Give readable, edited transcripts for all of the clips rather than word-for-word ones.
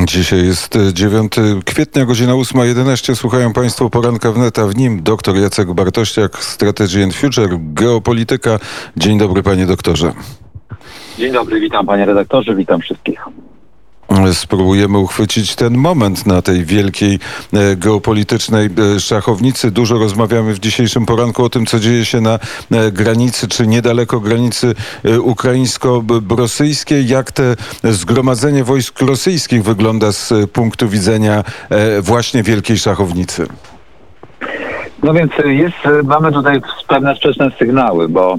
Dzisiaj jest 9 kwietnia, godzina 8:11. Słuchają Państwo poranka wnet, a w nim dr Jacek Bartościak, Strategy and Future, geopolityka. Dzień dobry, panie doktorze. Dzień dobry, witam panie redaktorze, witam wszystkich. Spróbujemy uchwycić ten moment na tej wielkiej geopolitycznej szachownicy. Dużo rozmawiamy w dzisiejszym poranku o tym, co dzieje się na granicy, czy niedaleko granicy ukraińsko-rosyjskiej. Jak te zgromadzenie wojsk rosyjskich wygląda z punktu widzenia właśnie wielkiej szachownicy? No więc mamy tutaj pewne sprzeczne sygnały, bo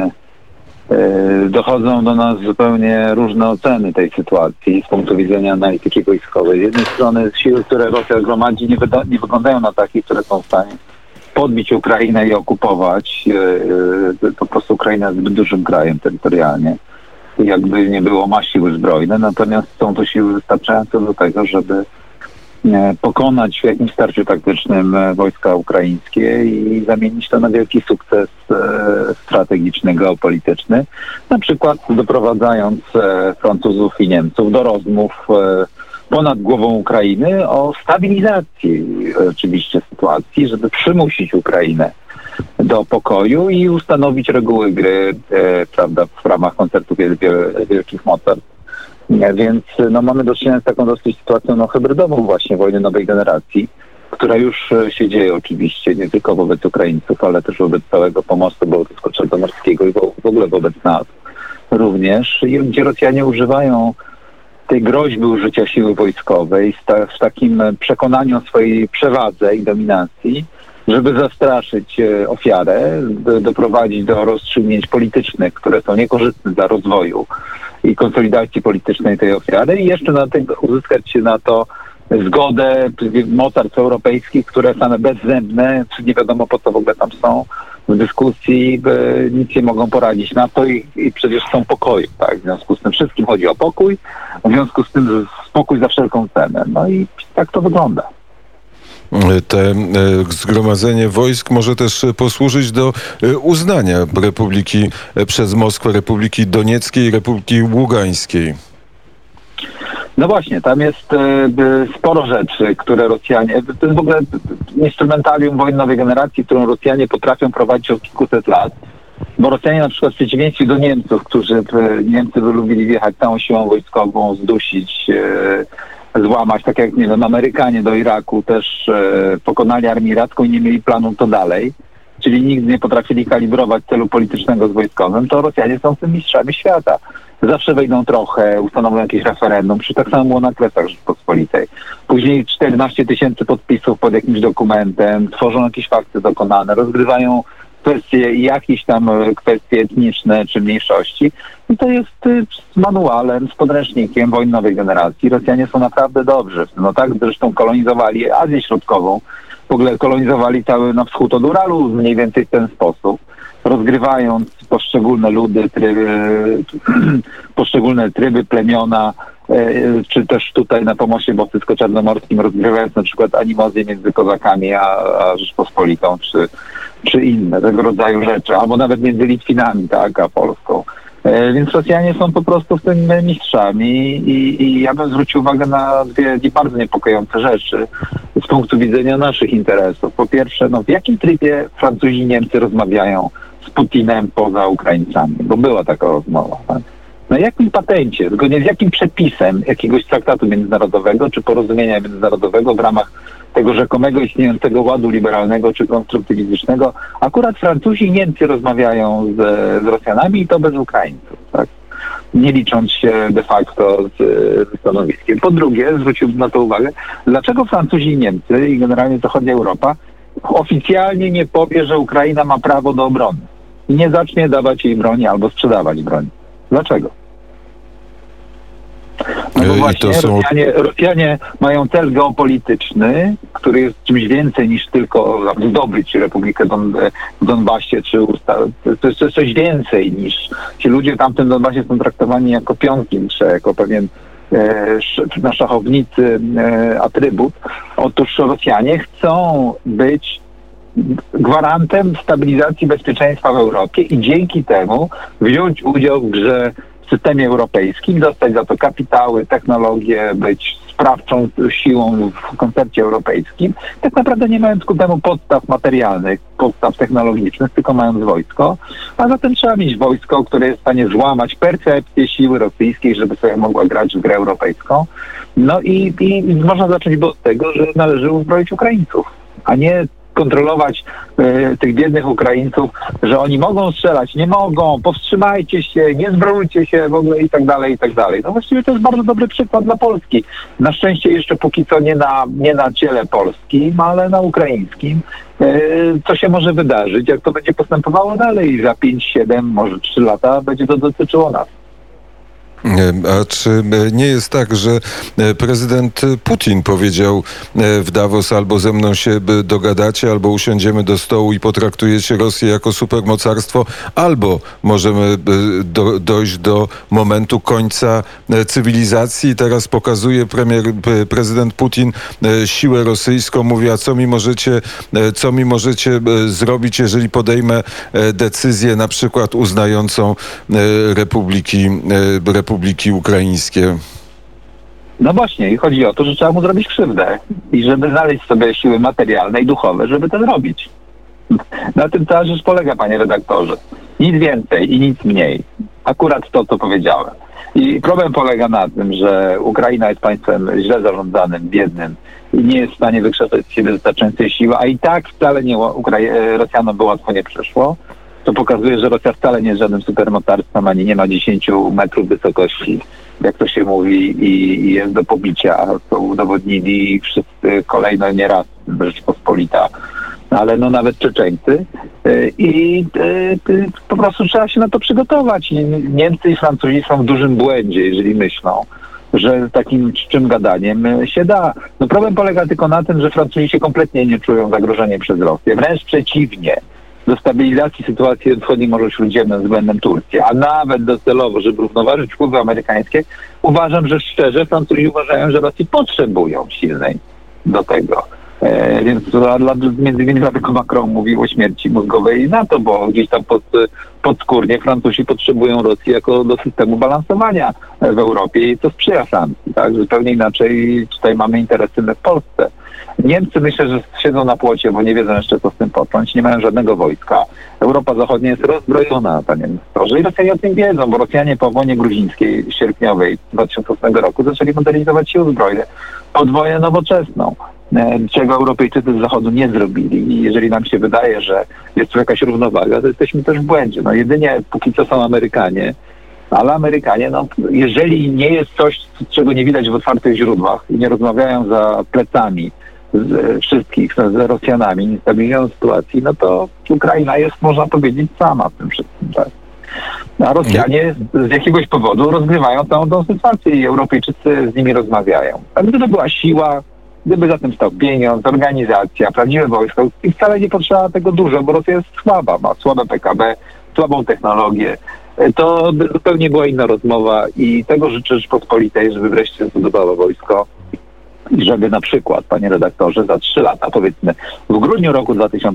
dochodzą do nas zupełnie różne oceny tej sytuacji z punktu widzenia analityki wojskowej. Z jednej strony siły, które Rosja gromadzi, nie wyglądają na takie, które są w stanie podbić Ukrainę i okupować. Po prostu Ukraina jest zbyt dużym krajem terytorialnie. Jakby nie było, ma siły zbrojne, natomiast są to siły wystarczające do tego, żeby pokonać w jakimś starciu taktycznym wojska ukraińskie i zamienić to na wielki sukces strategiczny, geopolityczny. Na przykład doprowadzając Francuzów i Niemców do rozmów ponad głową Ukrainy o stabilizacji oczywiście sytuacji, żeby przymusić Ukrainę do pokoju i ustanowić reguły gry, prawda, w ramach koncertu wielkich mocarstw. Więc mamy do czynienia z taką dosyć sytuacją hybrydową właśnie wojny nowej generacji, która już się dzieje oczywiście nie tylko wobec Ukraińców, ale też wobec całego pomostu bałtycko-czarnomorskiego i w ogóle wobec nas również, gdzie Rosjanie używają tej groźby użycia siły wojskowej w takim przekonaniu o swojej przewadze i dominacji, żeby zastraszyć ofiarę, doprowadzić do rozstrzygnięć politycznych, które są niekorzystne dla rozwoju i konsolidacji politycznej tej ofiary i jeszcze uzyskać się na to zgodę mocarstw europejskich, które same bezzębne, czy nie wiadomo po co w ogóle tam są w dyskusji, nic nie mogą poradzić na to i przecież chcą pokoju. Tak? W związku z tym wszystkim chodzi o pokój, w związku z tym spokój za wszelką cenę. No i tak to wygląda. Te zgromadzenie wojsk może też posłużyć do uznania Republiki przez Moskwę, Republiki Donieckiej i Republiki Ługańskiej. No właśnie, tam jest sporo rzeczy, które Rosjanie... To jest w ogóle instrumentarium wojny nowej generacji, którą Rosjanie potrafią prowadzić od kilkuset lat. Bo Rosjanie na przykład w przeciwieństwie do Niemców, Niemcy by lubili wjechać całą siłą wojskową, zdusić, złamać, tak jak, nie wiem, Amerykanie do Iraku też pokonali armię iracką i nie mieli planu to dalej, czyli nigdy nie potrafili kalibrować celu politycznego z wojskowym, to Rosjanie są tym mistrzami świata. Zawsze wejdą trochę, ustanowią jakieś referendum, czy tak samo było na Kresach Rzeczpospolitej. Później 14 000 podpisów pod jakimś dokumentem, tworzą jakieś fakty dokonane, rozgrywają jakieś tam kwestie etniczne czy mniejszości. I to jest z manualem, z podręcznikiem wojny nowej generacji. Rosjanie są naprawdę dobrzy. No tak, zresztą kolonizowali Azję Środkową. W ogóle kolonizowali cały na wschód od Uralu mniej więcej w ten sposób. Rozgrywając poszczególne ludy, poszczególne tryby, plemiona, czy też tutaj na pomoście bałtycko-czarnomorskim rozgrywając na przykład animozję między Kozakami a Rzeczpospolitą, czy inne tego rodzaju rzeczy, albo nawet między Litwinami, tak, a Polską. Więc Rosjanie są po prostu w tym mistrzami i ja bym zwrócił uwagę na dwie bardzo niepokojące rzeczy z punktu widzenia naszych interesów. Po pierwsze, w jakim trybie Francuzi i Niemcy rozmawiają z Putinem poza Ukraińcami? Bo była taka rozmowa, tak? Na jakim patencie, zgodnie z jakim przepisem jakiegoś traktatu międzynarodowego czy porozumienia międzynarodowego w ramach tego rzekomego istniejącego ładu liberalnego czy konstruktywistycznego akurat Francuzi i Niemcy rozmawiają z Rosjanami i to bez Ukraińców, tak? Nie licząc się de facto z stanowiskiem. Po drugie, zwróciłbym na to uwagę, dlaczego Francuzi i Niemcy i generalnie zachodnia Europa oficjalnie nie powie, że Ukraina ma prawo do obrony i nie zacznie dawać jej broni albo sprzedawać broni. Dlaczego? No bo właśnie Rosjanie mają cel geopolityczny, który jest czymś więcej niż tylko zdobyć Republikę w Donbasie, czy to jest coś więcej niż ci ludzie w tamtym Donbasie są traktowani jako pionki, czy jako pewien na szachownicy atrybut. Otóż Rosjanie chcą być gwarantem stabilizacji bezpieczeństwa w Europie i dzięki temu wziąć udział w grze w systemie europejskim, dostać za to kapitały, technologie, być sprawczą siłą w koncercie europejskim, tak naprawdę nie mając ku temu podstaw materialnych, podstaw technologicznych, tylko mając wojsko, a zatem trzeba mieć wojsko, które jest w stanie złamać percepcję siły rosyjskiej, żeby sobie mogła grać w grę europejską. No i można zacząć od tego, że należy uzbroić Ukraińców, a nie kontrolować tych biednych Ukraińców, że oni mogą strzelać, nie mogą, powstrzymajcie się, nie zbrojcie się w ogóle i tak dalej, i tak dalej. No właściwie to jest bardzo dobry przykład dla Polski. Na szczęście jeszcze póki co nie na ciele polskim, ale na ukraińskim. Co się może wydarzyć, jak to będzie postępowało dalej za 5, 7, może 3 lata będzie to dotyczyło nas. A czy nie jest tak, że prezydent Putin powiedział w Davos: albo ze mną się dogadacie, albo usiądziemy do stołu i potraktujecie Rosję jako supermocarstwo, albo możemy dojść do momentu końca cywilizacji. Teraz pokazuje prezydent Putin siłę rosyjską. Mówi: a co mi możecie zrobić, jeżeli podejmę decyzję na przykład uznającą republiki ukraińskie? No właśnie, i chodzi o to, że trzeba mu zrobić krzywdę i żeby znaleźć sobie siły materialne i duchowe, żeby to zrobić. Na tym cała rzecz polega, panie redaktorze. Nic więcej i nic mniej. Akurat to, co powiedziałem. I problem polega na tym, że Ukraina jest państwem źle zarządzanym, biednym i nie jest w stanie wykrzesać z siebie wystarczającej siły, a i tak wcale Rosjanom by łatwo nie przeszło. To pokazuje, że Rosja wcale nie jest żadnym supermocarstwem, ani nie ma 10 metrów wysokości, jak to się mówi, i jest do pobicia. To udowodnili wszyscy kolejno nieraz, Rzeczpospolita, ale no nawet Czeczeńcy. I po prostu trzeba się na to przygotować. Niemcy i Francuzi są w dużym błędzie, jeżeli myślą, że takim czczym gadaniem się da. No problem polega tylko na tym, że Francuzi się kompletnie nie czują zagrożeni przez Rosję. Wręcz przeciwnie. Do stabilizacji sytuacji w wschodnim Morzu Śródziemnym względem Turcji, a nawet docelowo, żeby równoważyć wpływy amerykańskie, uważam, że szczerze Francuzi uważają, że Rosji potrzebują silnej do tego. Więc między innymi dlatego Macron mówił o śmierci mózgowej NATO, bo gdzieś tam podskórnie Francuzi potrzebują Rosji jako do systemu balansowania w Europie i to sprzyja Francji. Tak? Zupełnie inaczej tutaj mamy interesy w Polsce. Niemcy myślę, że siedzą na płocie, bo nie wiedzą jeszcze, co z tym począć. Nie mają żadnego wojska. Europa Zachodnia jest rozbrojona, panie ministrze. I Rosjanie o tym wiedzą, bo Rosjanie po wojnie gruzińskiej sierpniowej 2008 roku zaczęli modernizować siły zbrojne pod wojnę nowoczesną, czego Europejczycy z Zachodu nie zrobili. I jeżeli nam się wydaje, że jest tu jakaś równowaga, to jesteśmy też w błędzie. No jedynie póki co są Amerykanie, ale Amerykanie, no jeżeli nie jest coś, czego nie widać w otwartych źródłach i nie rozmawiają za plecami z wszystkich, z Rosjanami, nie stabilizują sytuacji, no to Ukraina jest, można powiedzieć, sama w tym wszystkim. Tak? A Rosjanie z jakiegoś powodu rozgrywają całą tą sytuację i Europejczycy z nimi rozmawiają. A gdyby była siła, gdyby za tym stał pieniądz, organizacja, prawdziwe wojsko, i wcale nie potrzeba tego dużo, bo Rosja jest słaba, ma słabe PKB, słabą technologię, to by zupełnie była inna rozmowa i tego życzę Rzeczypospolitej, żeby wreszcie zbudowała wojsko i żeby na przykład, panie redaktorze, za 3 lata, powiedzmy w grudniu roku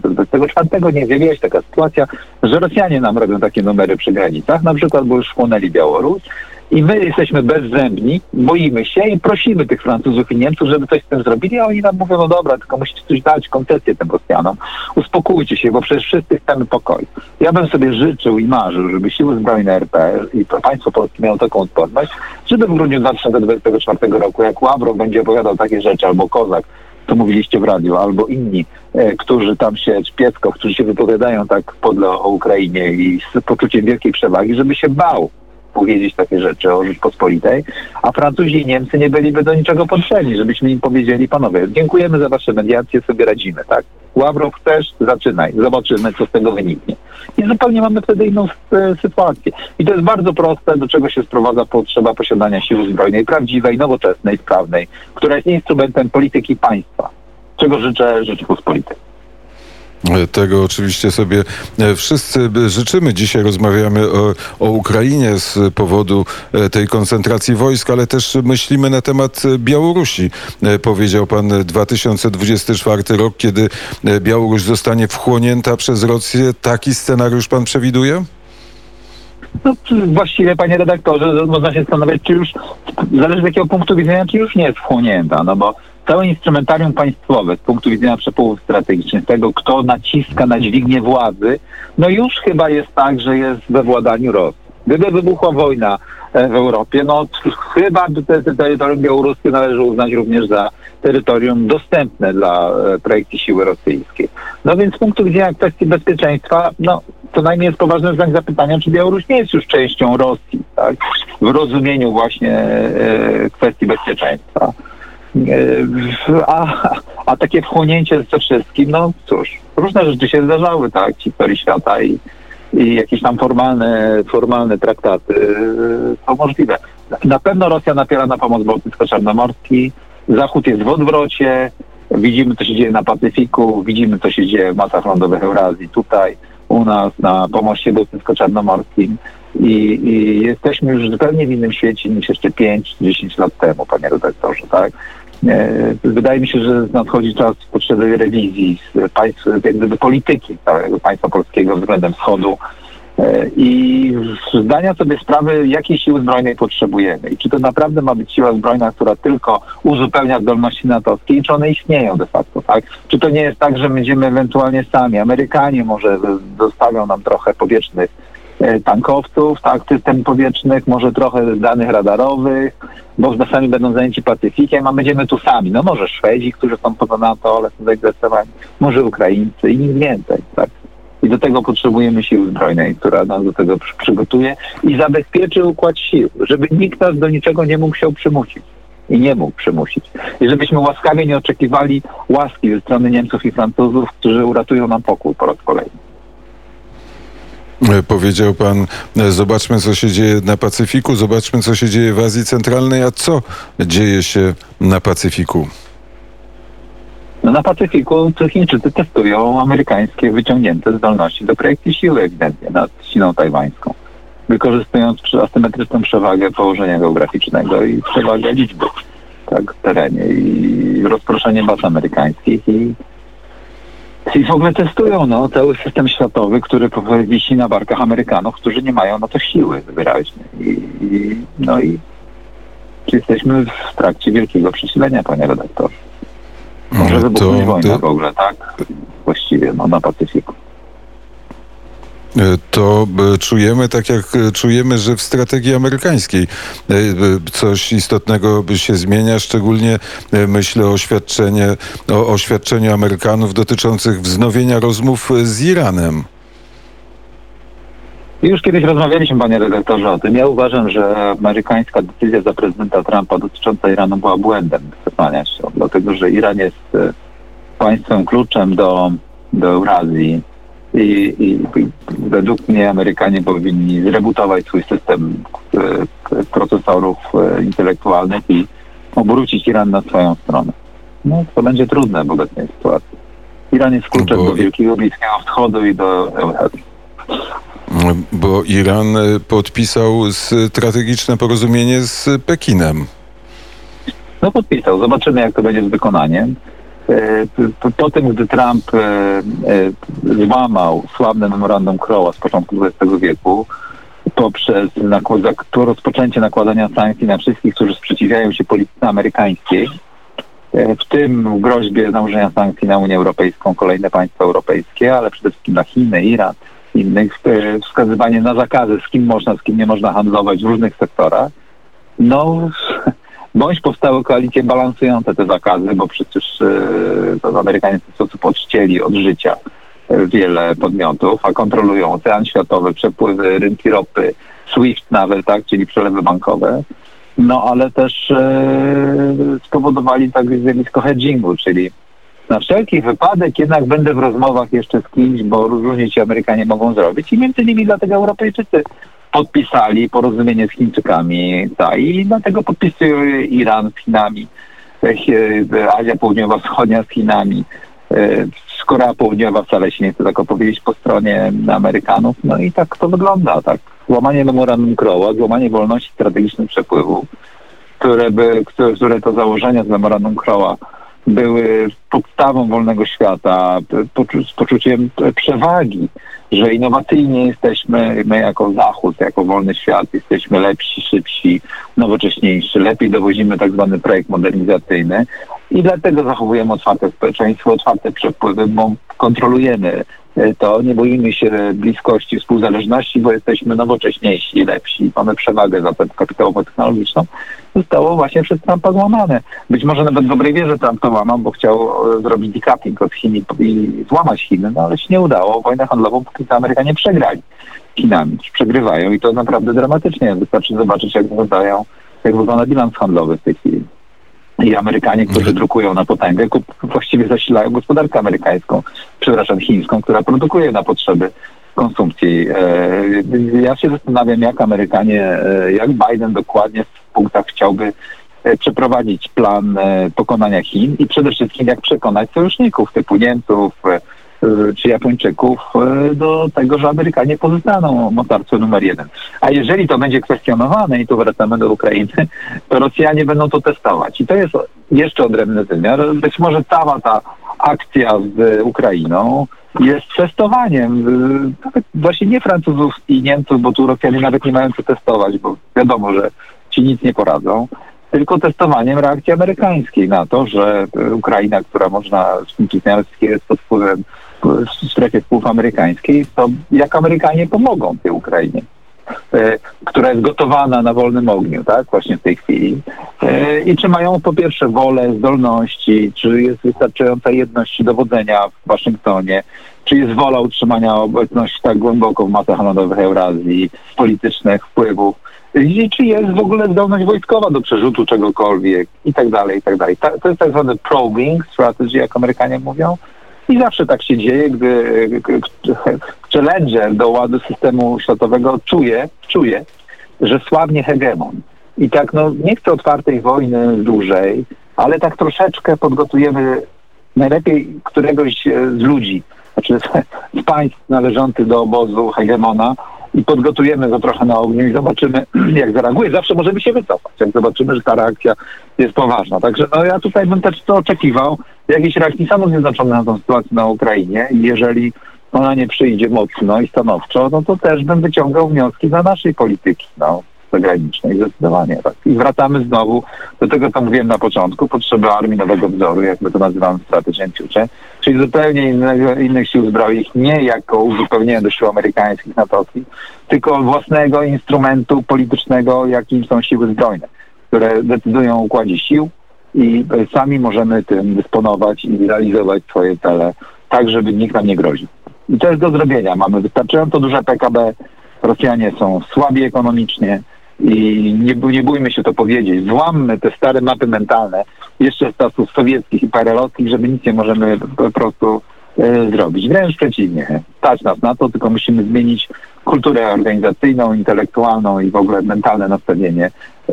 2024 nie zjawiła się taka sytuacja, że Rosjanie nam robią takie numery przy granicach, na przykład, bo już wchłonęli Białoruś i my jesteśmy bezzębni, boimy się i prosimy tych Francuzów i Niemców, żeby coś z tym zrobili, a oni nam mówią: no dobra, tylko musicie coś dać, koncesję tym Rosjanom, uspokójcie się, bo przecież wszyscy chcemy pokoju. Ja bym sobie życzył i marzył, żeby siły zbrojne RP i państwo polskie miało taką odporność, żeby w grudniu 2024 roku, jak Ławrow będzie opowiadał takie rzeczy, albo Kozak, co mówiliście w radiu, albo inni, którzy tam się, Pieckow, którzy się wypowiadają tak podle o Ukrainie i z poczuciem wielkiej przewagi, żeby się bał powiedzieć takie rzeczy o Rzeczpospolitej, a Francuzi i Niemcy nie byliby do niczego potrzebni, żebyśmy im powiedzieli: panowie, dziękujemy za wasze mediacje, sobie radzimy, tak? Ławrow, chcesz? Zaczynaj, zobaczymy, co z tego wyniknie. I zupełnie mamy wtedy inną sytuację. I to jest bardzo proste, do czego się sprowadza potrzeba posiadania siły zbrojnej, prawdziwej, nowoczesnej, sprawnej, która jest instrumentem polityki państwa, czego życzę Rzeczypospolitej. Tego oczywiście sobie wszyscy życzymy. Dzisiaj rozmawiamy o Ukrainie z powodu tej koncentracji wojsk, ale też myślimy na temat Białorusi. Powiedział pan 2024 rok, kiedy Białoruś zostanie wchłonięta przez Rosję. Taki scenariusz pan przewiduje? No, właściwie, panie redaktorze, można się zastanawiać, czy już, zależy z jakiego punktu widzenia, czy już nie jest wchłonięta, no bo całe instrumentarium państwowe z punktu widzenia przepływów strategicznych, tego, kto naciska na dźwignię władzy, no już chyba jest tak, że jest we władaniu Rosji. Gdyby wybuchła wojna w Europie, no chyba terytorium białoruskie należy uznać również za terytorium dostępne dla projekcji siły rosyjskiej. No więc z punktu widzenia kwestii bezpieczeństwa, no co najmniej jest poważny znak zapytania, czy Białoruś nie jest już częścią Rosji, tak? W rozumieniu właśnie kwestii bezpieczeństwa. A takie wchłonięcie ze wszystkim, no cóż, różne rzeczy się zdarzały, tak, w historii świata i jakieś tam formalne traktaty są możliwe. Na pewno Rosja napiera na pomoc bałtycko-czarnomorski, Zachód jest w odwrocie, widzimy, co się dzieje na Pacyfiku, widzimy, co się dzieje w masach lądowych Eurazji, tutaj u nas na pomoście bałtycko-czarnomorskim i jesteśmy już zupełnie w innym świecie niż jeszcze 5-10 lat temu, panie redaktorze, tak? Wydaje mi się, że nadchodzi czas potrzeby rewizji państw, jak gdyby polityki całego państwa polskiego względem Wschodu i zdania sobie sprawy, jakiej siły zbrojnej potrzebujemy i czy to naprawdę ma być siła zbrojna, która tylko uzupełnia zdolności natowskie i czy one istnieją de facto, tak? Czy to nie jest tak, że będziemy ewentualnie sami, Amerykanie może dostawią nam trochę powietrznych tankowców, tak, system powietrznych, może trochę danych radarowych, bo sami będą zajęci Pacyfikiem, a będziemy tu sami. No może Szwedzi, którzy są poza NATO, ale są zainteresowani, może Ukraińcy i nic więcej, tak. I do tego potrzebujemy siły zbrojnej, która nas do tego przygotuje i zabezpieczy układ sił, żeby nikt nas do niczego nie mógł się przymusić. I nie mógł przymusić. I żebyśmy łaskawie nie oczekiwali łaski ze strony Niemców i Francuzów, którzy uratują nam pokój po raz kolejny. Powiedział pan, zobaczmy, co się dzieje na Pacyfiku, zobaczmy, co się dzieje w Azji Centralnej, a co dzieje się na Pacyfiku? No na Pacyfiku Chińczycy testują amerykańskie wyciągnięte zdolności do projekcji siły ewidentnie nad Chiną tajwańską, wykorzystując asymetryczną przewagę położenia geograficznego i przewagę liczby, tak, w terenie i rozproszenie baz amerykańskich i w ogóle testują cały system światowy, który wisi na barkach Amerykanów, którzy nie mają na to siły wyraźnie. I jesteśmy w trakcie wielkiego przesilenia, panie redaktorze. Może wybuchnąć wojna w ogóle, tak? Właściwie, na Pacyfiku. To czujemy, tak jak czujemy, że w strategii amerykańskiej coś istotnego się zmienia, szczególnie myślę o oświadczeniu Amerykanów dotyczących wznowienia rozmów z Iranem. Już kiedyś rozmawialiśmy, panie redaktorze, o tym. Ja uważam, że amerykańska decyzja za prezydenta Trumpa dotycząca Iranu była błędem wycofania się, dlatego że Iran jest państwem kluczem do Eurazji. I według mnie Amerykanie powinni zrebutować swój system procesorów intelektualnych i obrócić Iran na swoją stronę. No, to będzie trudne w obecnej sytuacji. Iran jest kluczem do Wielkiego Bliskiego Wschodu i do Eurazji. Bo Iran podpisał strategiczne porozumienie z Pekinem. No podpisał. Zobaczymy, jak to będzie z wykonaniem. Po tym, gdy Trump złamał sławne memorandum Croa z początku XX wieku poprzez rozpoczęcie nakładania sankcji na wszystkich, którzy sprzeciwiają się polityce amerykańskiej, w tym groźbie nałożenia sankcji na Unię Europejską, kolejne państwa europejskie, ale przede wszystkim na Chiny, Iran, innych, wskazywanie na zakazy, z kim można, z kim nie można handlować w różnych sektorach, bądź powstały koalicje balansujące te zakazy, bo przecież Amerykanie w ten sposób odcięli od życia wiele podmiotów, a kontrolują ocean światowy, przepływy, rynki ropy, SWIFT nawet, tak, czyli przelewy bankowe, ale też spowodowali tak zjawisko hedgingu, czyli na wszelki wypadek jednak będę w rozmowach jeszcze z kimś, bo różnie ci Amerykanie mogą zrobić i między innymi dlatego Europejczycy podpisali porozumienie z Chińczykami, i dlatego podpisują Iran z Chinami, Azja Południowo-Wschodnia z Chinami, Korea Południowa wcale się nie chce tak opowiedzieć po stronie Amerykanów, i tak to wygląda, tak. Złamanie memorandum Croa, złamanie wolności strategicznych przepływów, które to założenia z memorandum Croa były podstawą wolnego świata, z poczuciem przewagi że innowacyjnie jesteśmy, my jako Zachód, jako wolny świat jesteśmy lepsi, szybsi, nowocześniejsi, lepiej dowozimy tak zwany projekt modernizacyjny i dlatego zachowujemy otwarte społeczeństwo, otwarte przepływy, bo kontrolujemy to, nie boimy się bliskości, współzależności, bo jesteśmy nowocześniejsi i lepsi. Mamy przewagę zatem kapitałowo-technologiczną. Zostało właśnie przez Trumpa złamane. Być może nawet w dobrej wierze Trump to łamał, bo chciał zrobić decoupling od Chin i złamać Chiny, no ale się nie udało. Wojnę handlową póki co Amerykanie przegrali Chinami, przegrywają i to naprawdę dramatycznie. Wystarczy zobaczyć, jak wygląda bilans handlowy w tej chwili. I Amerykanie, którzy drukują na potęgę, właściwie zasilają gospodarkę amerykańską, chińską, która produkuje na potrzeby konsumpcji. Ja się zastanawiam, jak Amerykanie, jak Biden dokładnie w punktach chciałby przeprowadzić plan pokonania Chin i przede wszystkim jak przekonać sojuszników typu Niemców czy Japończyków do tego, że Amerykanie pozostaną mocarstwem numer 1. A jeżeli to będzie kwestionowane, i tu wracamy do Ukrainy, to Rosjanie będą to testować. I to jest jeszcze odrębny wymiar. Być może cała ta akcja z Ukrainą jest testowaniem właśnie nie Francuzów i Niemców, bo tu Rosjanie nawet nie mają co testować, bo wiadomo, że ci nic nie poradzą, tylko testowaniem reakcji amerykańskiej na to, że Ukraina, która można z punktu widzenia jest pod wpływem w strefie wpływów amerykańskiej, to jak Amerykanie pomogą tej Ukrainie, która jest gotowana na wolnym ogniu, tak, właśnie w tej chwili. I czy mają po pierwsze wolę, zdolności, czy jest wystarczająca jedność dowodzenia w Waszyngtonie, czy jest wola utrzymania obecności tak głęboko w masach narodowych Eurazji, politycznych wpływów, i czy jest w ogóle zdolność wojskowa do przerzutu czegokolwiek i tak dalej, i tak dalej. To jest tak zwany probing strategy, jak Amerykanie mówią. I zawsze tak się dzieje, gdy challenger do ładu systemu światowego czuje, że słabnie hegemon. I tak, no nie chcę otwartej wojny dłużej, ale tak troszeczkę podgotujemy najlepiej któregoś z ludzi, znaczy z państw należących do obozu hegemona i podgotujemy go trochę na ogniu i zobaczymy, jak zareaguje. Zawsze możemy się wycofać, jak zobaczymy, że ta reakcja jest poważna. Także no ja tutaj bym też to oczekiwał, jakiejś reakcji Stanów Zjednoczonych na tę sytuację na Ukrainie i jeżeli ona nie przyjdzie mocno i stanowczo, no to też bym wyciągał wnioski dla naszej polityki zagranicznej, zdecydowanie. Tak. I wracamy znowu do tego, co mówiłem na początku, potrzeby armii nowego wzoru, jak my to nazywamy w Strategy Future, czyli zupełnie innych sił zbrojnych, nie jako uzupełnienie do sił amerykańskich, natowskich, tylko własnego instrumentu politycznego, jakim są siły zbrojne, które decydują o układzie sił i sami możemy tym dysponować i realizować swoje cele, tak żeby nikt nam nie groził. I to jest do zrobienia. Mamy wystarczająco duże PKB, Rosjanie są słabi ekonomicznie i nie bójmy się to powiedzieć. Złammy te stare mapy mentalne jeszcze z czasów sowieckich i perelowskich, żeby nic nie możemy po prostu zrobić. Wręcz przeciwnie. Stać nas na to, tylko musimy zmienić kulturę organizacyjną, intelektualną i w ogóle mentalne nastawienie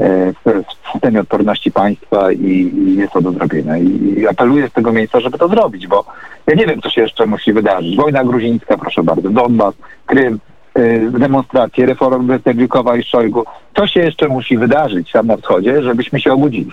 w systemie odporności państwa i jest to do zrobienia. I apeluję z tego miejsca, żeby to zrobić, bo ja nie wiem, co się jeszcze musi wydarzyć. Wojna gruzińska, proszę bardzo, Donbas, Krym, demonstracje, reformy Terwikowa i Szojgu. To się jeszcze musi wydarzyć tam na wschodzie, żebyśmy się obudzili.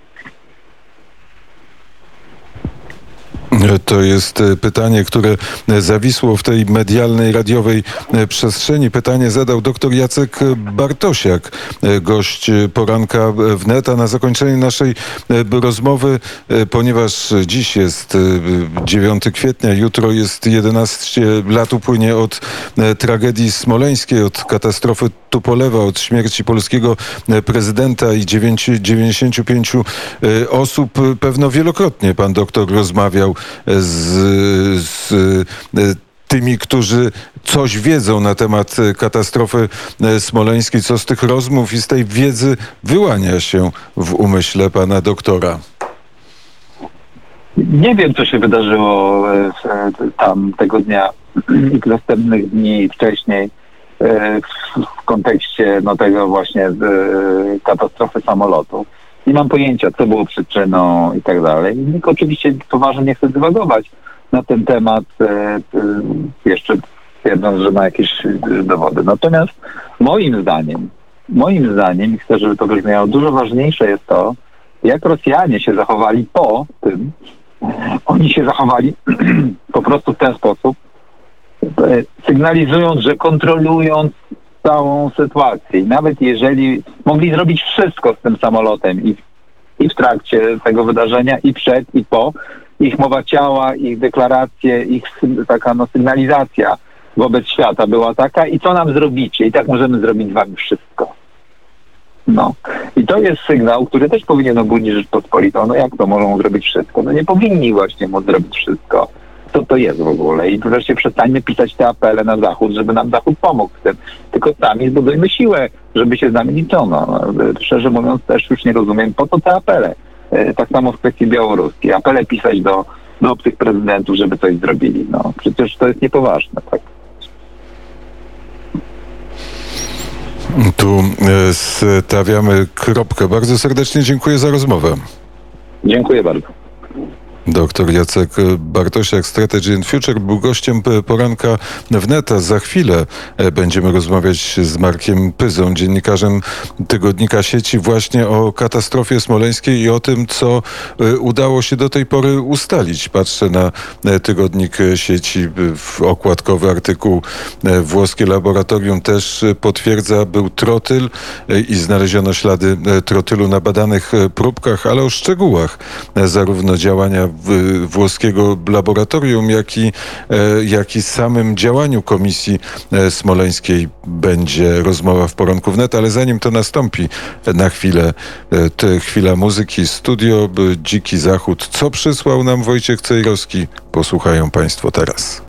To jest pytanie, które zawisło w tej medialnej, radiowej przestrzeni. Pytanie zadał dr Jacek Bartosiak, gość poranka wnet. A na zakończenie naszej rozmowy, ponieważ dziś jest 9 kwietnia, jutro jest 11 lat upłynie od tragedii smoleńskiej, od katastrofy Tupolewa, od śmierci polskiego prezydenta i 95 osób. Pewno wielokrotnie pan doktor rozmawiał z tymi, którzy coś wiedzą na temat katastrofy smoleńskiej. Co z tych rozmów i z tej wiedzy wyłania się w umyśle pana doktora? Nie wiem, co się wydarzyło tam tego dnia i następnych dni wcześniej w kontekście tego właśnie katastrofy samolotu. Nie mam pojęcia, co było przyczyną i tak dalej. Nikt oczywiście poważnie nie chce dywagować na ten temat, jeszcze twierdząc, że ma jakieś dowody. Natomiast moim zdaniem, i chcę, żeby to brzmiało, dużo ważniejsze jest to, jak Rosjanie się zachowali po tym. Oni się zachowali po prostu w ten sposób, sygnalizując, że kontrolują całą sytuację. I nawet jeżeli mogli zrobić wszystko z tym samolotem i w trakcie tego wydarzenia, i przed, i po, ich mowa ciała, ich deklaracje, ich taka sygnalizacja wobec świata była taka i co nam zrobicie? I tak możemy zrobić z wami wszystko. No. I to jest sygnał, który też powinien obudzić Rzeczpospolitą. No jak to mogą zrobić wszystko? No nie powinni właśnie móc zrobić wszystko. Co to jest w ogóle? I wreszcie przestańmy pisać te apele na Zachód, żeby nam Zachód pomógł w tym. Tylko sami zbudujmy siłę, żeby się z nami liczono. Szczerze mówiąc, też już nie rozumiem, po co te apele. Tak samo w kwestii białoruskiej. Apele pisać do obcych prezydentów, żeby coś zrobili. No przecież to jest niepoważne, tak? Tu stawiamy kropkę. Bardzo serdecznie dziękuję za rozmowę. Dziękuję bardzo. Doktor Jacek Bartosiak, Strategy and Future, był gościem poranka Wnet. Za chwilę będziemy rozmawiać z Markiem Pyzą, dziennikarzem tygodnika Sieci, właśnie o katastrofie smoleńskiej i o tym, co udało się do tej pory ustalić. Patrzę na tygodnik Sieci, okładkowy artykuł. Włoskie laboratorium też potwierdza, był trotyl i znaleziono ślady trotylu na badanych próbkach, ale o szczegółach zarówno działania włoskiego laboratorium, jak i samym działaniu Komisji Smoleńskiej będzie rozmowa w poranku Wnet, ale zanim to nastąpi, na chwilę chwila muzyki, studio Dziki Zachód. Co przysłał nam Wojciech Cejrowski? Posłuchają Państwo teraz.